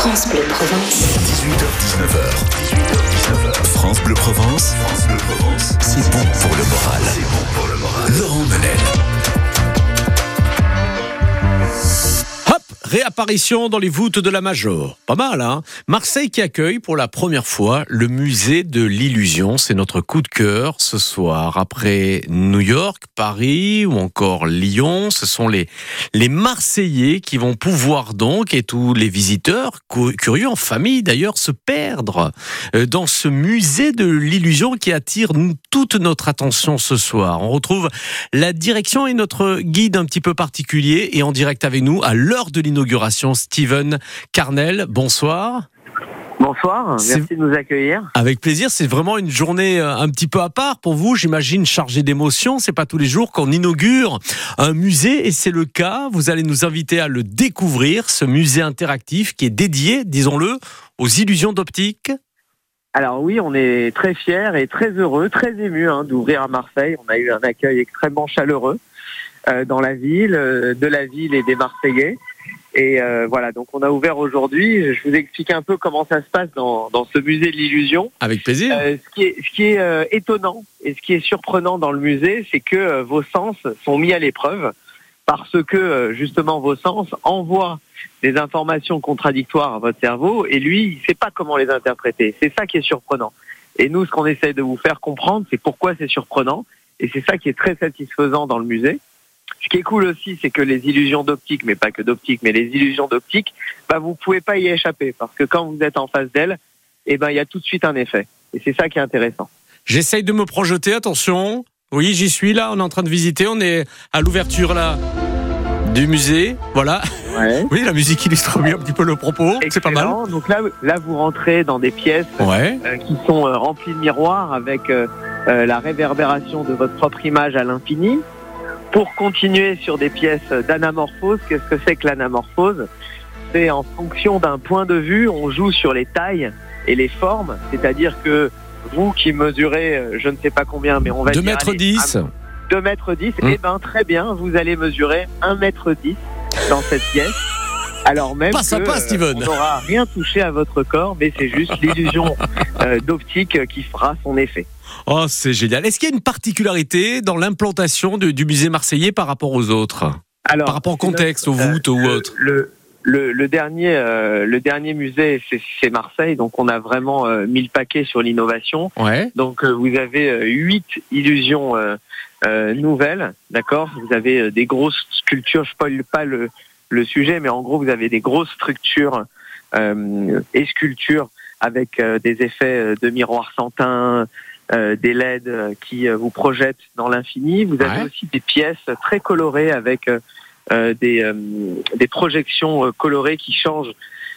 France Bleu Provence. 18h-19h. France Bleu Provence. C'est bon pour le moral. Laurent Menel. Réapparition dans les voûtes de la Major. Pas mal, hein ? Marseille qui accueille pour la première fois le musée de l'illusion. C'est notre coup de cœur ce soir. Après New York, Paris ou encore Lyon, ce sont les Marseillais qui vont pouvoir donc, et tous les visiteurs, curieux en famille d'ailleurs, se perdre dans ce musée de l'illusion qui attire toute notre attention ce soir. On retrouve la direction et notre guide un petit peu particulier et en direct avec nous à l'heure de l'inauguration, Steven Carnel. Bonsoir. Bonsoir, merci de nous accueillir. Avec plaisir, c'est vraiment une journée un petit peu à part pour vous, j'imagine chargée d'émotions. C'est pas tous les jours qu'on inaugure un musée et c'est le cas. Vous allez nous inviter à le découvrir, ce musée interactif qui est dédié, disons-le, aux illusions d'optique. Alors oui, on est très fiers et très heureux, très émus d'ouvrir à Marseille. On a eu un accueil extrêmement chaleureux dans la ville, de la ville et des Marseillais. Et voilà, donc on a ouvert aujourd'hui. Je vous explique un peu comment ça se passe dans ce musée de l'illusion. Avec plaisir. Ce qui est étonnant et ce qui est surprenant dans le musée, c'est que vos sens sont mis à l'épreuve parce que justement vos sens envoient des informations contradictoires à votre cerveau et lui, il ne sait pas comment les interpréter. C'est ça qui est surprenant. Et nous, ce qu'on essaie de vous faire comprendre, c'est pourquoi c'est surprenant. Et c'est ça qui est très satisfaisant dans le musée. Ce qui est cool aussi, c'est que les illusions d'optique, mais pas que d'optique, mais les illusions d'optique, vous pouvez pas y échapper. Parce que quand vous êtes en face d'elles, il y a tout de suite un effet. Et c'est ça qui est intéressant. J'essaye de me projeter, attention. Oui, j'y suis là, on est en train de visiter. On est à l'ouverture là du musée. Voilà. Ouais. Oui, la musique illustre bien un petit peu le propos. Excellent. C'est pas mal. Donc là, vous rentrez dans des pièces qui sont remplies de miroirs avec la réverbération de votre propre image à l'infini. Pour continuer sur des pièces d'anamorphose, qu'est-ce que c'est que l'anamorphose ? C'est en fonction d'un point de vue, on joue sur les tailles et les formes, c'est-à-dire que vous qui mesurez, je ne sais pas combien, mais on va dire... 2,10 m. 2,10 m, très bien, vous allez mesurer 1,10 m dans cette pièce. Alors même Steven. On n'aura rien touché à votre corps, mais c'est juste l'illusion d'optique qui fera son effet. Oh, c'est génial. Est-ce qu'il y a une particularité dans l'implantation du musée marseillais par rapport aux autres ? Alors, par rapport au contexte, aux voûtes ou autres ? Le dernier musée, c'est Marseille, donc on a vraiment mis le paquet sur l'innovation. Ouais. Donc vous avez 8 illusions nouvelles, d'accord ? Vous avez des grosses sculptures, je spoil pas le sujet, mais en gros vous avez des grosses structures et sculptures avec des effets de miroirs sans teint, des LED qui vous projettent dans l'infini. Vous avez aussi des pièces très colorées avec des projections colorées qui changent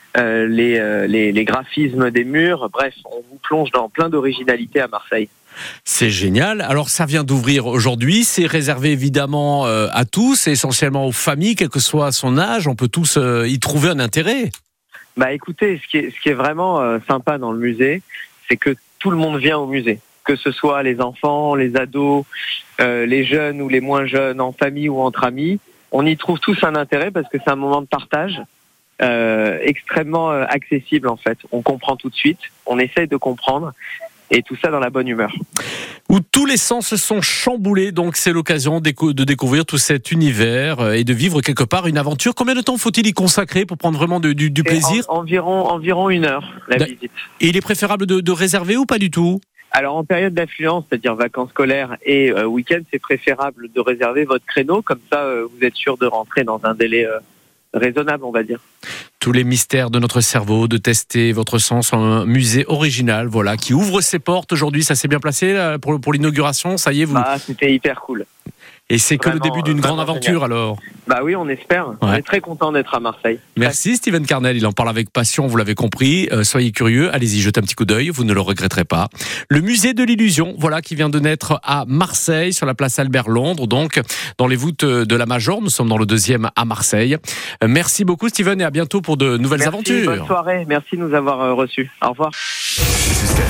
les graphismes des murs. Bref, on vous plonge dans plein d'originalité à Marseille. C'est génial. Alors ça vient d'ouvrir aujourd'hui, c'est réservé évidemment à tous, et essentiellement aux familles, quel que soit son âge, on peut tous y trouver un intérêt. Écoutez, ce qui est vraiment sympa dans le musée, c'est que tout le monde vient au musée. Que ce soit les enfants, les ados, les jeunes ou les moins jeunes, en famille ou entre amis, on y trouve tous un intérêt parce que c'est un moment de partage extrêmement accessible en fait. On comprend tout de suite, on essaye de comprendre et tout ça dans la bonne humeur. Où tous les sens se sont chamboulés, donc c'est l'occasion de découvrir tout cet univers et de vivre quelque part une aventure. Combien de temps faut-il y consacrer pour prendre vraiment du plaisir ? Environ 1 heure la visite. Et il est préférable de réserver ou pas du tout ? Alors en période d'affluence, c'est-à-dire vacances scolaires et week-end, c'est préférable de réserver votre créneau, comme ça vous êtes sûr de rentrer dans un délai raisonnable, on va dire. Tous les mystères de notre cerveau, de tester votre sens en un musée original, voilà, qui ouvre ses portes aujourd'hui. Ça s'est bien placé là, pour l'inauguration, ça y est, vous... C'était hyper cool. Et c'est que le début d'une grande aventure génial. Alors. Oui, on espère. Ouais. On est très content d'être à Marseille. Merci Steven Carnel, il en parle avec passion, vous l'avez compris. Soyez curieux, allez-y, jetez un petit coup d'œil, vous ne le regretterez pas. Le musée de l'illusion, voilà, qui vient de naître à Marseille, sur la place Albert-Londres, donc dans les voûtes de la Major. Nous sommes dans le 2e à Marseille. Merci beaucoup Steven et à bientôt pour de nouvelles aventures. Bonne soirée, merci de nous avoir reçus. Au revoir. Jusqu'à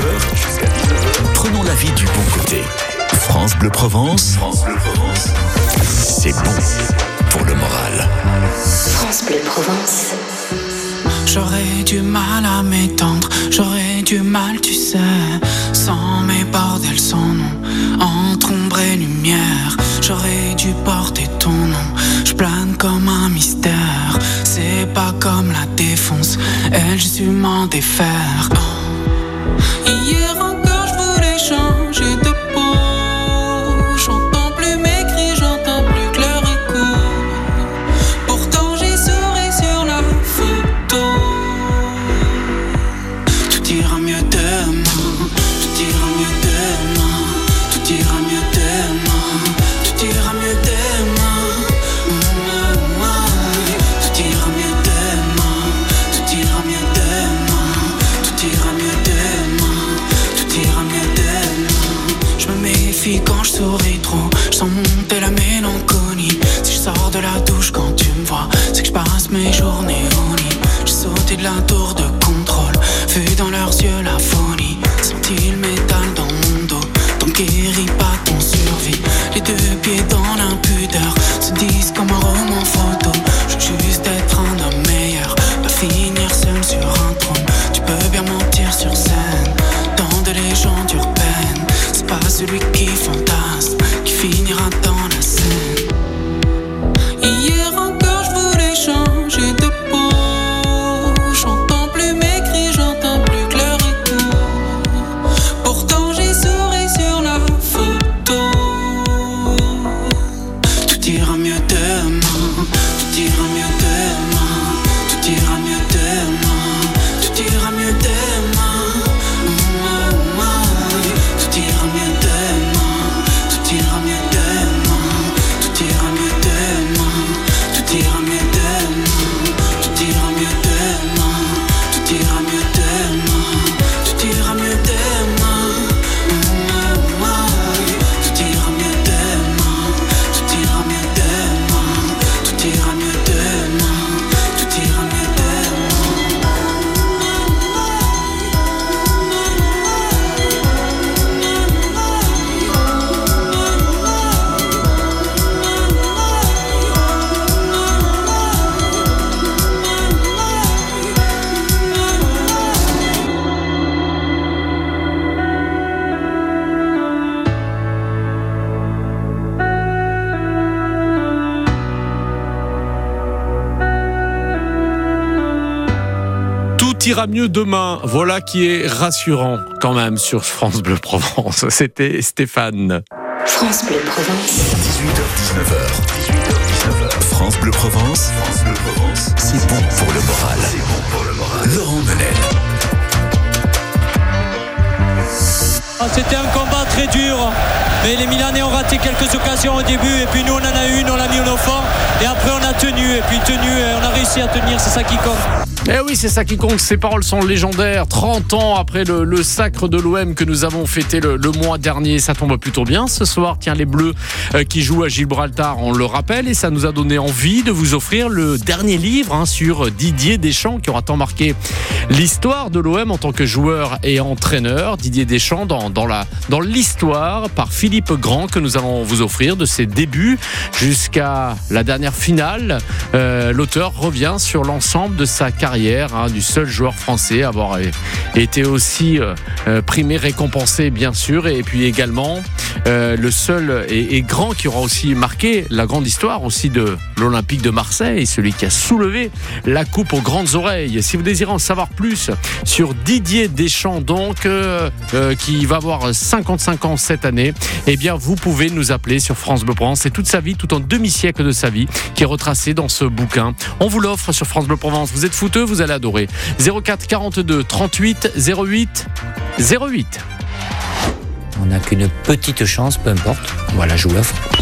19h, prenons la vie du bon côté. France Bleu Provence, c'est bon pour le moral. France Bleu Provence. J'aurais du mal à m'étendre, j'aurais du mal, tu sais, sans mes bordels sans nom, entre ombre et lumière. J'aurais dû porter ton nom, je plane comme un mystère. C'est pas comme la défonce, elle, j'ai su m'en défaire. Hier encore, je voulais changer de peau. J'entends plus mes cris, j'entends plus que leur écho. Pourtant, j'ai souri sur la photo. Tout ira mieux demain, tout ira mieux demain, tout ira mieux demain, tout ira mieux demain. Tout ira mieux demain, tout ira mieux demain, tout ira mieux demain, tout ira mieux demain. Je me méfie quand je souris trop, je sens monter la mélancolie. Si je sors de la douche quand tu me vois, c'est que je passe mes journées au lit. J'ai sauté de la tour de contrôle, vu dans leurs yeux la folie. Senti le métal dans mon dos, ton guérit pas ton survie. Les deux pieds dans l'impudeur, se disent comme un roman photo. Je veux juste être un homme meilleur, pas finir seul sur un trône. Tu peux bien mentir sur scène, dans de légendes urbaines. C'est pas celui qui fantasme qui finira dans la scène. Hier encore je voulais changer de peau. J'entends plus mes cris, j'entends plus que leur écho. Pourtant j'ai souri sur la photo. Tout ira mieux demain, tout ira mieux demain, tout ira mieux demain, tout ira mieux demain. Tout ira mieux demain, tout ira mieux demain, tout ira mieux demain, tout ira mieux demain, tout ira mieux demain, tout ira mieux demain, tout ira mieux demain. Tout ira mieux demain, tout ira mieux demain, tout ira mieux demain, tout ira mieux demain. Tout ira mieux demain, voilà qui est rassurant quand même sur France Bleu Provence. C'était Stéphane. France Bleu Provence. 18h-19h. France Bleu Provence. C'est bon pour le moral. Laurent Menel. C'était un combat très dur, mais les Milanais ont raté quelques occasions au début et puis nous on en a une, on l'a mis au fond et après on a tenu et on a réussi à tenir, c'est ça qui compte. Eh oui, c'est ça qui compte, ces paroles sont légendaires. 30 ans après le sacre de l'OM que nous avons fêté le mois dernier, ça tombe plutôt bien. Ce soir, tiens, les Bleus qui jouent à Gibraltar, on le rappelle, et ça nous a donné envie de vous offrir le dernier livre sur Didier Deschamps, qui aura tant marqué l'histoire de l'OM en tant que joueur et entraîneur. Didier Deschamps dans l'histoire par Philippe Grand, que nous allons vous offrir de ses débuts jusqu'à la dernière finale. L'auteur revient sur l'ensemble de sa carrière, du seul joueur français à avoir été aussi primé, récompensé bien sûr, et puis également le seul et grand qui aura aussi marqué la grande histoire aussi de l'Olympique de Marseille, celui qui a soulevé la coupe aux grandes oreilles. Si vous désirez en savoir plus sur Didier Deschamps, donc qui va avoir 55 ans cette année, eh bien vous pouvez nous appeler sur France Bleu Provence. C'est toute sa vie, tout en demi-siècle de sa vie qui est retracé dans ce bouquin. On vous l'offre sur France Bleu Provence. Vous êtes fouteux, vous allez adorer. 04 42 38 08 08. On n'a qu'une petite chance, peu importe. Voilà, je vous l'offre.